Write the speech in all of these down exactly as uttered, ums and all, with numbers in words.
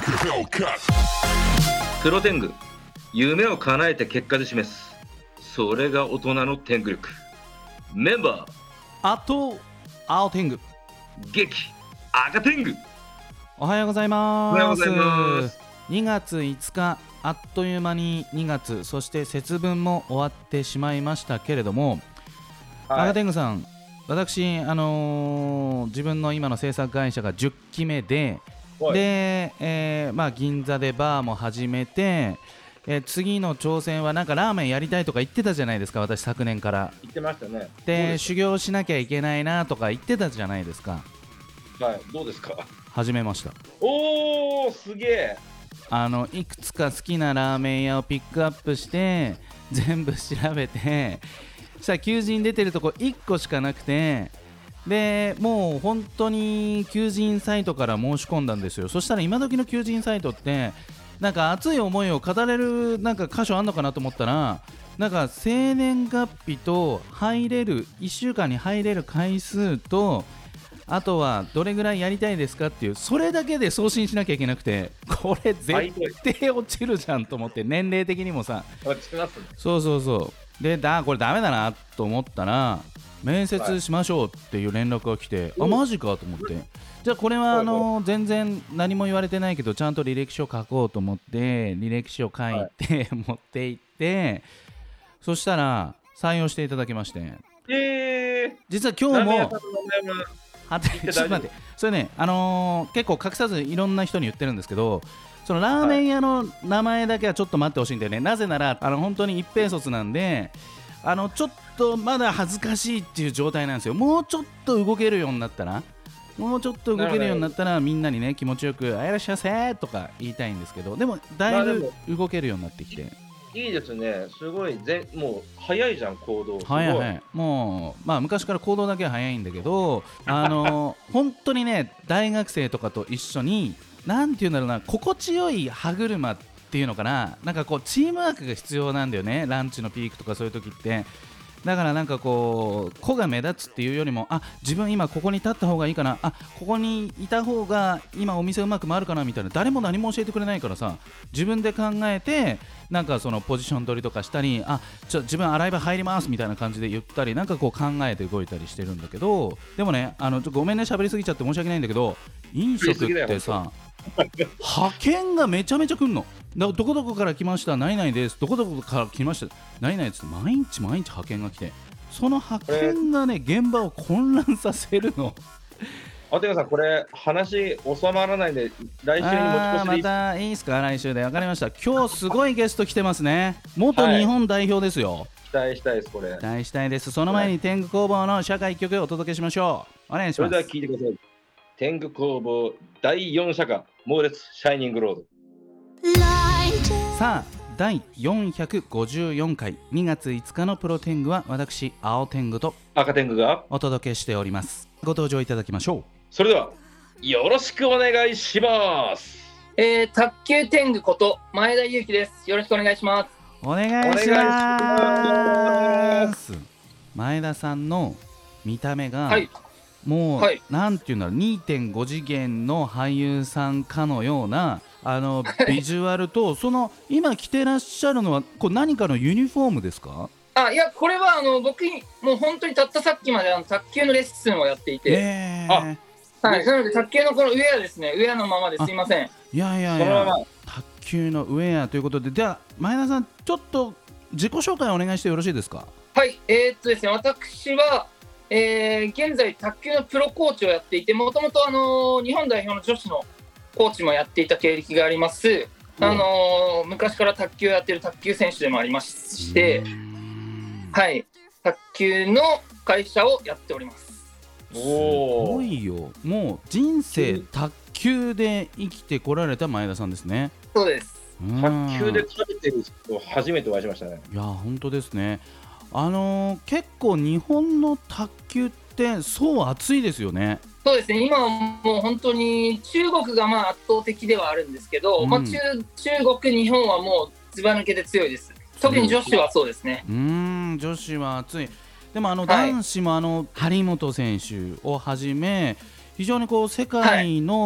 プロテング、夢を叶えて結果で示す、それが大人の天狗力。メンバーあと青天狗、 激赤天狗。 おはようございます。 おはようございます。 にがついつか、あっという間ににがつ、そして節分も終わってしまいましたけれども、 はい、 赤天狗さん、私、あのー、自分の今の制作会社がじゅっきめで、で、えーまあ、銀座でバーも始めて、えー、次の挑戦はなんかラーメンやりたいとか言ってたじゃないですか。私昨年から言ってましたね。 で修行しなきゃいけないなとか言ってたじゃないですか。 はい、どうですか。 始めました。 おー、すげえ。 あのいくつか好きなラーメン屋をピックアップして全部調べて、そしたら求人出てるとこいっこしかなくて、でもう本当に求人サイトから申し込んだんですよ。そしたら今時の求人サイトってなんか熱い思いを語れるなんか箇所あんのかなと思ったら、なんか生年月日と入れるいっしゅうかんに入れる回数と、あとはどれぐらいやりたいですかっていう、それだけで送信しなきゃいけなくて、これ絶対落ちるじゃんと思って、年齢的にもさ、 落ちますね。 そうそうそうでだこれダメだなと思ったら、面接しましょうっていう連絡が来て、はい、あマジかと思って、じゃあこれはあの全然何も言われてないけどちゃんと履歴書書こうと思って履歴書書いて持って行って、そしたら採用していただきまして、 えー、 実は今日もはちょっと待って、それね、あのー、結構隠さずいろんな人に言ってるんですけど、そのラーメン屋の名前だけはちょっと待ってほしいんだよね。なぜならあの本当に一平卒なんで、あのちょっとまだ恥ずかしいっていう状態なんですよ。もうちょっと動けるようになったらもうちょっと動けるようになったらみんなにね気持ちよくあいらっしゃいませとか言いたいんですけど、でもだいぶ動けるようになってきて、 いいですね。すごいぜ、もう早いじゃん行動。 早い早い。もうまあ昔から行動だけは早いんだけど、あの本当にね大学生とかと一緒になんていうんだろうな、心地よい歯車っていうのかな、なんかこうチームワークが必要なんだよね。ランチのピークとかそういう時って。だからなんかこう個が目立つっていうよりも、あ自分今ここに立った方がいいかな、あここにいた方が今お店うまく回るかなみたいな、誰も何も教えてくれないからさ、自分で考えてなんかそのポジション取りとかしたり、あちょ自分洗い場入りますみたいな感じで言ったり、なんかこう考えて動いたりしてるんだけど、でもねあのちょごめんね喋りすぎちゃって申し訳ないんだけど、飲食ってさ派遣がめちゃめちゃ来んの。だどこどこから来ました何々です、どこどこから来ました何々ですって毎日毎日派遣が来て、その派遣がね現場を混乱させるの。 あてかさんこれ話収まらないんで来週に持ち越しでいい？ あまたいいですか、来週で。分かりました。今日すごいゲスト来てますね。元日本代表ですよ、はい、 期待したいです。これ期待したいです。その前に天狗工房の社会一曲をお届けしましょう。お願いします。 それでは聴いてください。天狗工房だいよん社歌猛烈シャイニングロード。 さあだいよんひゃくごじゅうよんかいにがついつかのプロ天狗は私青天狗と赤天狗がお届けしております。ご登場いただきましょう。 それではよろしくお願いします。 えー、卓球天狗こと前田裕貴です。よろしくお願いします。 お願いします。前田さんの見た目が、はい、もう、はい、なんていうんだろう にてんご 次元の俳優さんかのようなあのビジュアルとその今着てらっしゃるのはこう何かのユニフォームですか？ あいやこれはあの僕もう本当にたったさっきまであの卓球のレッスンをやっていて、 えーあはい、なので卓球のこのウェアですね、ウェアのままですいません。 いやいやいや卓球のウェアということで、では前田さんちょっと自己紹介お願いしてよろしいですか？ はい、えー、っとですね私は、えー、現在卓球のプロコーチをやっていて、もともとあの日本代表の女子のコーチもやっていた経歴があります。あのー、昔から卓球をやっている卓球選手でもありまして、はい、卓球の会社をやっております。 すごいよ。もう人生卓球で生きてこられた前田さんですね。 そうです。 卓球で食べてる人初めてお会いしましたね。 いや本当ですね。あのー、結構日本の卓球ってそう熱いですよね。 そうですね、今はもう本当に中国がまあ圧倒的ではあるんですけど、うんまあ、中, 中国、日本はもうずば抜けて強いです。特に女子はそうですね。 うーん女子は熱い。でもあの男子もあの張本選手をはじめ非常にこう世界の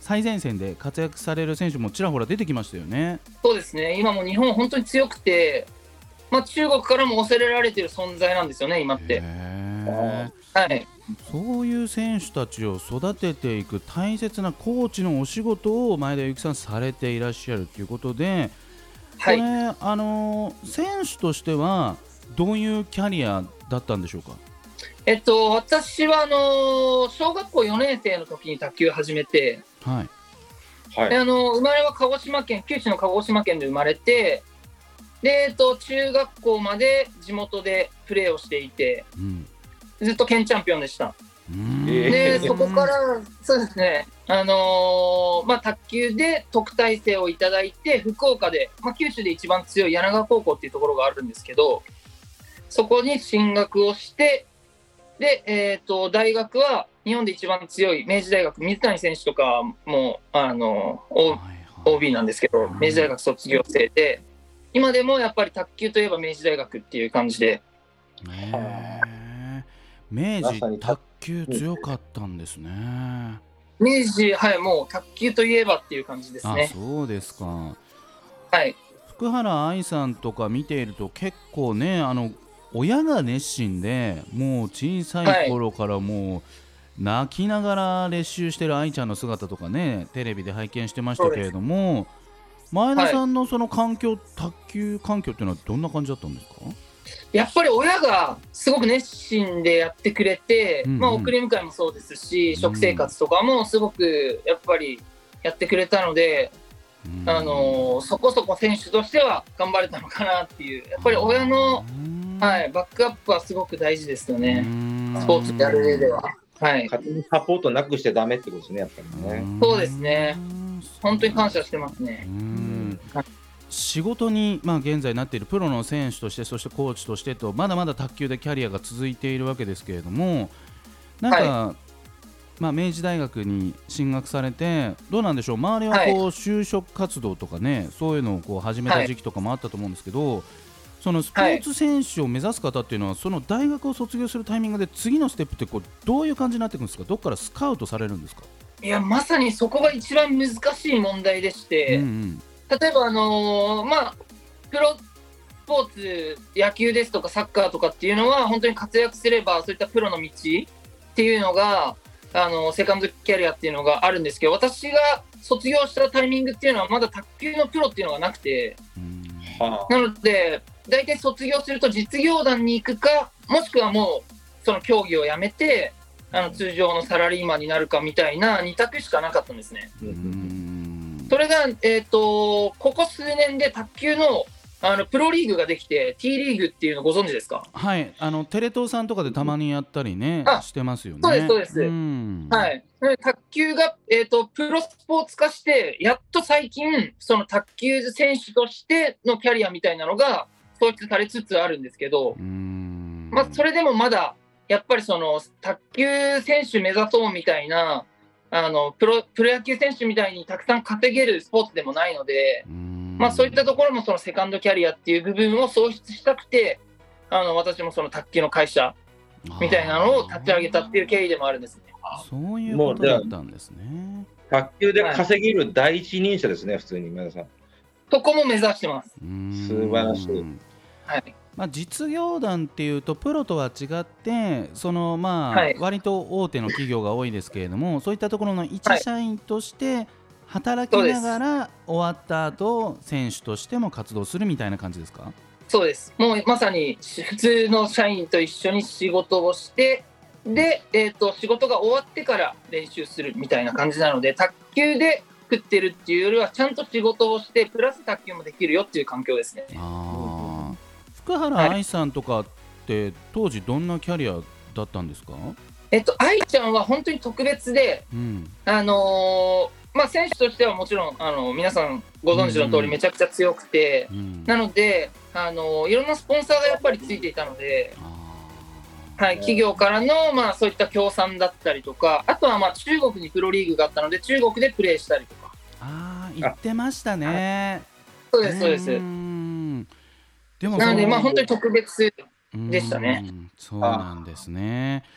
最前線で活躍される選手もちらほら出てきましたよね。 そうですね、今も日本本当に強くて、まあ、中国からも恐れられている存在なんですよね、今って。 へはい、 そういう選手たちを育てていく大切なコーチのお仕事を前田由紀さんされていらっしゃるということで、これ、 はい、 あのー選手としてはどういうキャリアだったんでしょうか。 えっと、私はあのー小学校よねん生の時に卓球を始めて、 はいはい。 であの生まれは鹿児島県、九州の鹿児島県で生まれて、で、えっと、中学校まで地元でプレーをしていて、 うんずっと県チャンピオンでした。 うーんで、 えーそこから、そうですね、あのーまあ、卓球で特待生をいただいて、福岡で、まあ、九州で一番強い柳川高校っていうところがあるんですけど、そこに進学をして、で、えー、と大学は日本で一番強い明治大学、水谷選手とかも、あのーはいはいオービー なんですけど、明治大学卒業生で、今でもやっぱり卓球といえば明治大学っていう感じで、 ねえ明治まさに卓球強かったんですね。 明治、はい、もう卓球といえばっていう感じですあ、 ね。 そうですか。 はい、 福原愛さんとか見ていると結構ね、あの親が熱心で、もう小さい頃からもう泣きながら練習してる愛ちゃんの姿とかね、テレビで拝見してましたけれども、前田さんのその環境、卓球環境っていうのはどんな感じだったんですか。 やっぱり親がすごく熱心でやってくれて、 うんうんまあ、送り迎えもそうですし、食生活とかもすごくやっぱりやってくれたので、 うんあのーそこそこ選手としては頑張れたのかなっていう、やっぱり親の、はい、バックアップはすごく大事ですよね、スポーツやる上では。はい、 勝手にサポートなくしてダメってことですね、やっぱりね。 そうですね、本当に感謝してますね。 うん仕事に、まあ、現在なっているプロの選手として、そしてコーチとしてと、まだまだ卓球でキャリアが続いているわけですけれども、なんか、 はまあ、明治大学に進学されて、どうなんでしょう、周りはこう、 はい就職活動とかね、そういうのをこう始めた時期とかもあったと思うんですけど、そのスポーツ選手を目指す方っていうのは、その大学を卒業するタイミングで次のステップってこうどういう感じになっていくんですか。どこからスカウトされるんですか。 いや、まさにそこが一番難しい問題でしうて、 んうん例えば、あのーまあ、プロスポーツ、野球ですとかサッカーとかっていうのは、本当に活躍すれば、そういったプロの道っていうのが、あのセカンドキャリアっていうのがあるんですけど、私が卒業したタイミングっていうのは、まだ卓球のプロっていうのがなくて、 うんはなので、大体卒業すると実業団に行くか、もしくはもう、その競技をやめて、あの通常のサラリーマンになるかみたいなに択しかなかったんですね。 あ、うんうんそれが、えー、とここ数年で卓球の、あのプロリーグができて、 T リーグっていうのご存知ですか。 はい、あのテレ東さんとかでたまにやったりね、 あしてますよね。 そうですそうですんはい、で卓球が、えー、とプロスポーツ化して、やっと最近、その卓球選手としてのキャリアみたいなのが創出されつつあるんですけど、 うんまあ、それでもまだやっぱりその卓球選手目指そうみたいな、あのプロプロ野球選手みたいにたくさん稼げるスポーツでもないので、 うんまあ、そういったところもそのセカンドキャリアっていう部分を創出したくて、あの私もその卓球の会社みたいなのを立ち上げたっていう経緯でもあるんですね。 そういうことだったんですね。 卓球で稼げる第一人者ですね、普通に皆さん。 そこも目指してます。 うん素晴らしいはいまあ、実業団っていうとプロとは違ってその、まあはい割と大手の企業が多いですけれども、そういったところの一社員として働きながら終わった後選手としても活動するみたいな感じですか。 そうです。もうまさに普通の社員と一緒に仕事をして、で、えー、と仕事が終わってから練習するみたいな感じなので、卓球で食ってるっていうよりはちゃんと仕事をしてプラス卓球もできるよっていう環境ですね。 あ福原愛さんとかって当時どんなキャリアだったんですか。 えっと愛ちゃんは本当に特別で、 うんあのーまあ、選手としてはもちろん、あの皆さんご存知の通りめちゃくちゃ強くて、 うんなので、あのいろんなスポンサーがやっぱりついていたので、 あはい、企業からの、まあ、そういった協賛だったりとか、あとは、まあ、中国にプロリーグがあったので中国でプレーしたりとか。 あー言ってましたね。 そうですそうです。 んでもなので、 そのまあ、本当に特別でしたね。 うんそうなんですね。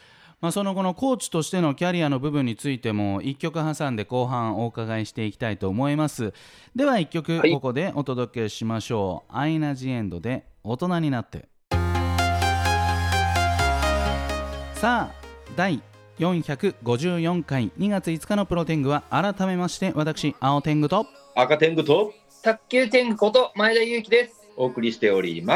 まあ、その後のコーチとしてのキャリアの部分についてもいっきょく挟んで後半お伺いしていきたいと思います。ではいっきょくここでお届けしましょう、はい、アイナ・ジ・エンドで大人になって。さあだいよんひゃくごじゅうよんかいにがついつかのプロテングは改めまして私青天狗と赤天狗と卓球天狗こと前田裕貴です。 お送りしております。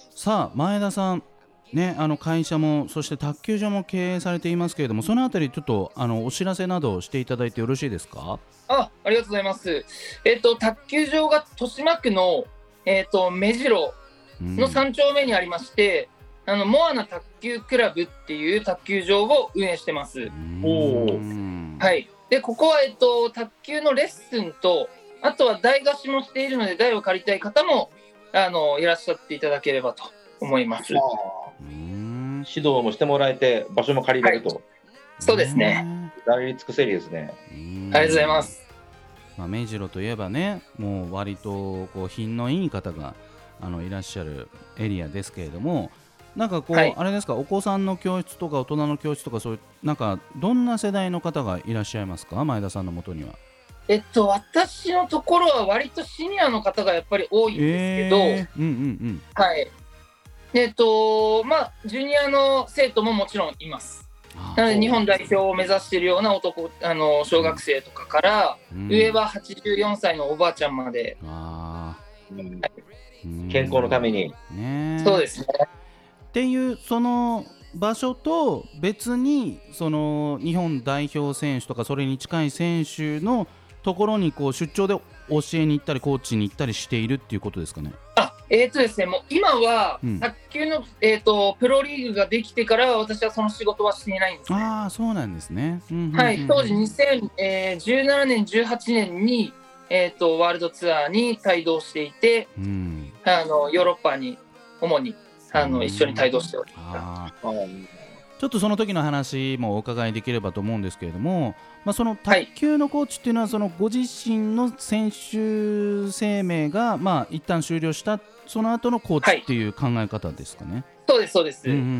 さあ前田さんね、あの会社もそして卓球場も経営されていますけれども、そのあたりちょっとあのお知らせなどをしていただいてよろしいですか？ あ、ありがとうございます。えっ、と卓球場が豊島区の、えっ、と目白のさん丁目にありまして、うん、あのモアナ卓球クラブっていう卓球場を運営してます。 おーはい。でここは、えっ、と卓球のレッスンと、あとは台貸しもしているので台を借りたい方もあのいらっしゃっていただければと思います。 指導もしてもらえて場所も借りれると、はい、 そうですね。 至れり尽くせりですね。 ありがとうございます。 まあ、目白といえばね、もう割とこう品のいい方があのいらっしゃるエリアですけれども、なんかこう、はい、あれですか、お子さんの教室とか大人の教室とか、そういうなんかどんな世代の方がいらっしゃいますか、前田さんのもとには。 えっと私のところは割とシニアの方がやっぱり多いんですけど、 えーうんうんうん、 はい。えっとまあジュニアの生徒ももちろんいます。なので日本代表を目指しているような男、あの小学生とかから、うん、上ははちじゅうよんさいのおばあちゃんまで、あ、 うん、はい、健康のために、 ね、そうですね。 っていうその場所と別にその日本代表選手とかそれに近い選手のところにこう出張で教えに行ったりコーチに行ったりしているっていうことですかね。 あ、えーとですね、もう今は卓球の、うん、えーとプロリーグができてから私はその仕事はしていないんですね。 ああ、そうなんですね。うんうんうん、 はい、当時にせんじゅうななねんじゅうはちねんに、えーとワールドツアーに帯同していて、うん、あのヨーロッパに主にあの、うん、一緒に帯同しております。 ちょっとその時の話もお伺いできればと思うんですけれども、まあ、その卓球のコーチっていうのは、はい、そのご自身の選手生命がまあ一旦終了したその後のコーチっていう考え方ですかね。はい、 そうですそうです、 うんうんうんうん、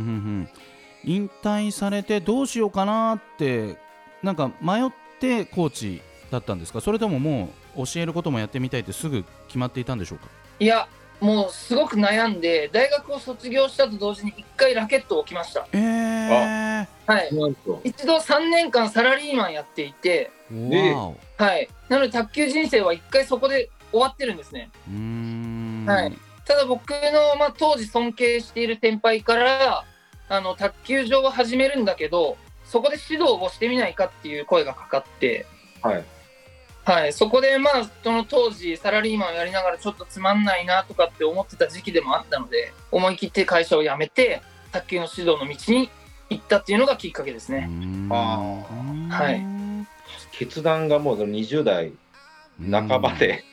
引退されてどうしようかなってなんか迷ってコーチだったんですか、それとももう教えることもやってみたいってすぐ決まっていたんでしょうか。 いや、もうすごく悩んで大学を卒業したと同時にいっかいラケットを置きました。 えー、 はい、一度さんねんかんサラリーマンやっていて、はい、なので卓球人生はいっかいそこで終わってるんですね。うーん、はい、ただ僕の、まあ、当時尊敬している先輩からあの卓球場を始めるんだけどそこで指導をしてみないかっていう声がかかって、はいはい、そこでまあその当時サラリーマンをやりながらちょっとつまんないなとかって思ってた時期でもあったので思い切って会社を辞めて卓球の指導の道に行ったっていうのがきっかけですね。 あ、はい、決断がもうにじゅう代半ばで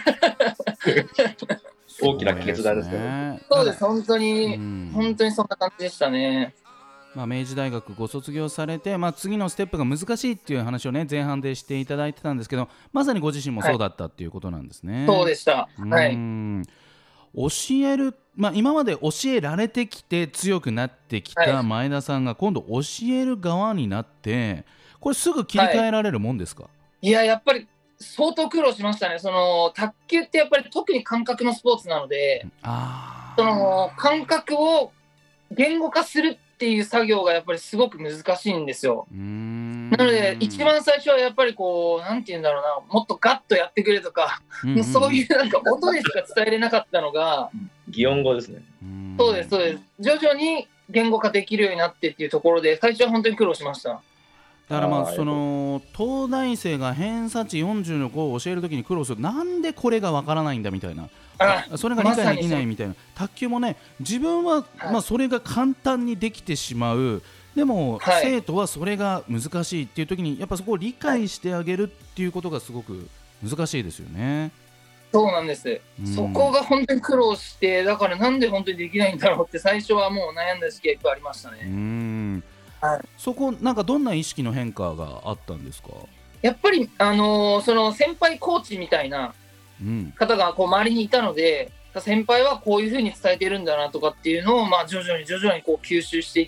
大きな決断ですね。 そうです、本当に本当にそんな感じでしたね。 まあ、明治大学ご卒業されて、まあ、次のステップが難しいっていう話をね前半でしていただいてたんですけど、まさにご自身もそうだったっていうことなんですね。 はい、そうでした。はい、 教える、まあ、今まで教えられてきて強くなってきた前田さんが今度教える側になってこれすぐ切り替えられるもんですか。はい、 いややっぱり相当苦労しましたね。その卓球ってやっぱり特に感覚のスポーツなので、あその感覚を言語化するっていう作業がやっぱりすごく難しいんですよ。うーん、なので一番最初はやっぱりこうなんて言うんだろうな、もっとガッとやってくれとか、うんうん、そういうなんか音でしか伝えれなかったのが擬音語ですね。 そうですそうです。徐々に言語化できるようになってっていうところで最初は本当に苦労しました。 だからまあその東大生が偏差値よんじゅうの子を教えるときに苦労する、なんでこれがわからないんだみたいな、それが理解できないみたいな、卓球もね自分はまあそれが簡単にできてしまう、でも生徒はそれが難しいっていうときにやっぱそこを理解してあげるっていうことがすごく難しいですよね。 そうなんです、うん、そこが本当に苦労して、だからなんで本当にできないんだろうって最初はもう悩んだ時期がいっぱいありましたね。うーん、はい、そこなんかどんな意識の変化があったんですか。 やっぱり、あのー、その先輩コーチみたいな方がこう周りにいたので、先輩はこういう風に伝えてるんだなとかっていうのを、まあ、徐々に徐々にこう吸収していっ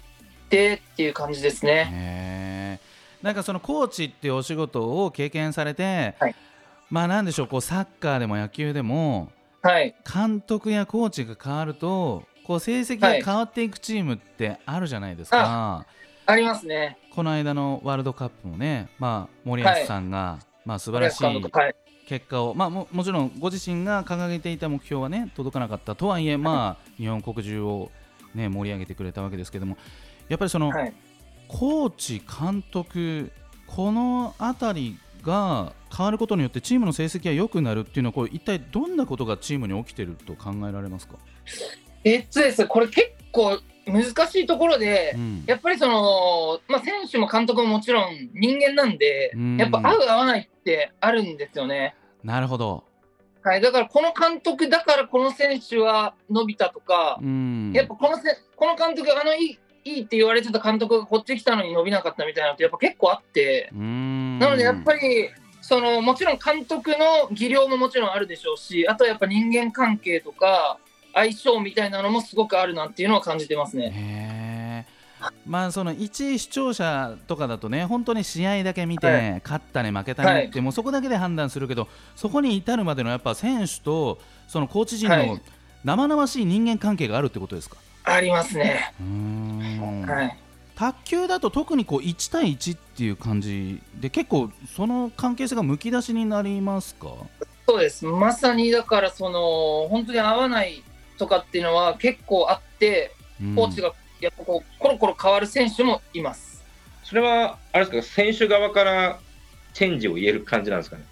ってっていう感じですね。 へー。なんかそのコーチっていうお仕事を経験されて、 はい、 まあなんでしょう、こうサッカーでも野球でも、 はい、 監督やコーチが変わるとこう成績が変わっていくチームってあるじゃないですか、 はい、あ, ありますね。 この間のワールドカップもね、まあ、森保さんが、はい、まあ、素晴らしい結果を、まあ、も, もちろんご自身が掲げていた目標はね届かなかったとはいえ、まあ、日本国中を、ね、盛り上げてくれたわけですけども、やっぱりその、はい、コーチ監督このあたりが変わることによってチームの成績が良くなるっていうのはこれ一体どんなことがチームに起きてると考えられますか？ えっとですね、これ結構難しいところで、うん、やっぱりその、まあ、選手も監督ももちろん人間なんで、うん、やっぱ合う合わないってあるんですよね。 なるほど、 はい、だからこの監督だからこの選手は伸びたとか、うん、やっぱこのせこの監督あのいいいいって言われてた監督がこっち来たのに伸びなかったみたいなのってやっぱ結構あって、うーん、なのでやっぱりそのもちろん監督の技量ももちろんあるでしょうし、あとはやっぱ人間関係とか相性みたいなのもすごくあるなっていうのは感じてますね。 へー、まあその一視聴者とかだとね本当に試合だけ見て、はい、勝ったね負けたねって、はい、もうそこだけで判断するけど、そこに至るまでのやっぱ選手とそのコーチ陣の生々しい人間関係があるってことですか？ ありますね。 うーん、はい、卓球だと特にこういち対いちっていう感じで結構その関係性がむき出しになりますか？ そうです、まさにだからその本当に合わないとかっていうのは結構あって、コーチがやっぱこうコロコロ変わる選手もいます。 それはあれですか、選手側からチェンジを言える感じなんですかね？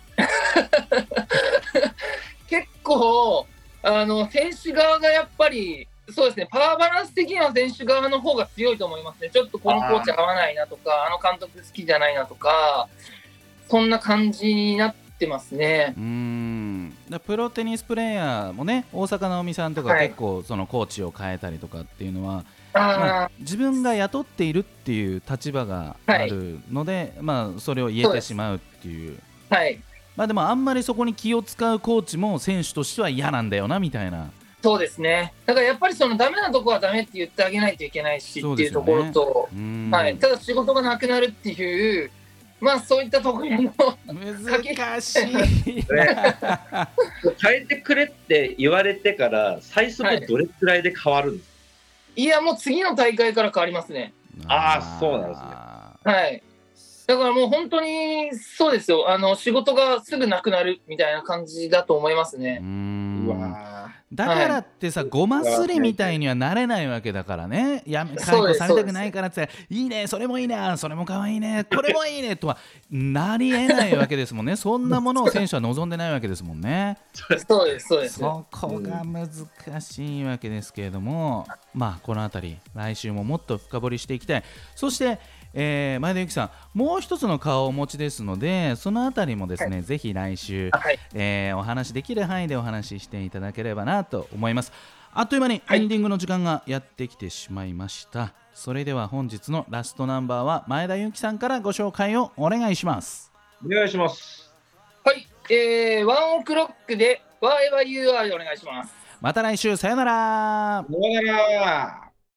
結構あの選手側がやっぱりそうですね、パワーバランス的には選手側の方が強いと思いますね。ちょっとこのコーチ合わないなとか、あの監督好きじゃないなとか、そんな感じになってますね。 うーん、プロテニスプレーヤーもね、大坂なおみさんとか結構そのコーチを変えたりとかっていうのは、はい、まあ、自分が雇っているっていう立場があるので、はい、まあ、それを言えてしまうっていう。 はい、 まあ、でもあんまりそこに気を使うコーチも選手としては嫌なんだよなみたいな。 そうですね、だからやっぱりそのダメなとこはダメって言ってあげないといけないしっていうところと、ね、はい、ただ仕事がなくなるっていう、まあそういったところの難しい変えてくれって言われてから最速どれくらいで変わるんですか？ はい、いやもう次の大会から変わりますね。 ああ、そうなんですね。 はい、だからもう本当にそうですよ、あの仕事がすぐなくなるみたいな感じだと思いますね。 うーん、うわ、だからってさ、はい、ごますりみたいにはなれないわけだからね。やめ解雇されたくないからっていいね、それもいいな、それもかわいいね、これもいいねとはなりえないわけですもんね。そんなものを選手は望んでないわけですもんね。 そうですそうです。 そこが難しいわけですけれども、まあこのあたり来週ももっと深掘りしていきたい。そしてえー、前田由紀さん、もう一つの顔をお持ちですので、そのあたりもですね、はい、ぜひ来週、はい、えー、お話できる範囲でお話ししていただければなと思います。あっという間にエンディングの時間がやってきてしまいました。はい、それでは本日のラストナンバーは前田由紀さんからご紹介をお願いします。 お願いします。 はい、えー、ワンオクロックで Wherever You Are でお願いします。 また来週、さよなら。 さよなら。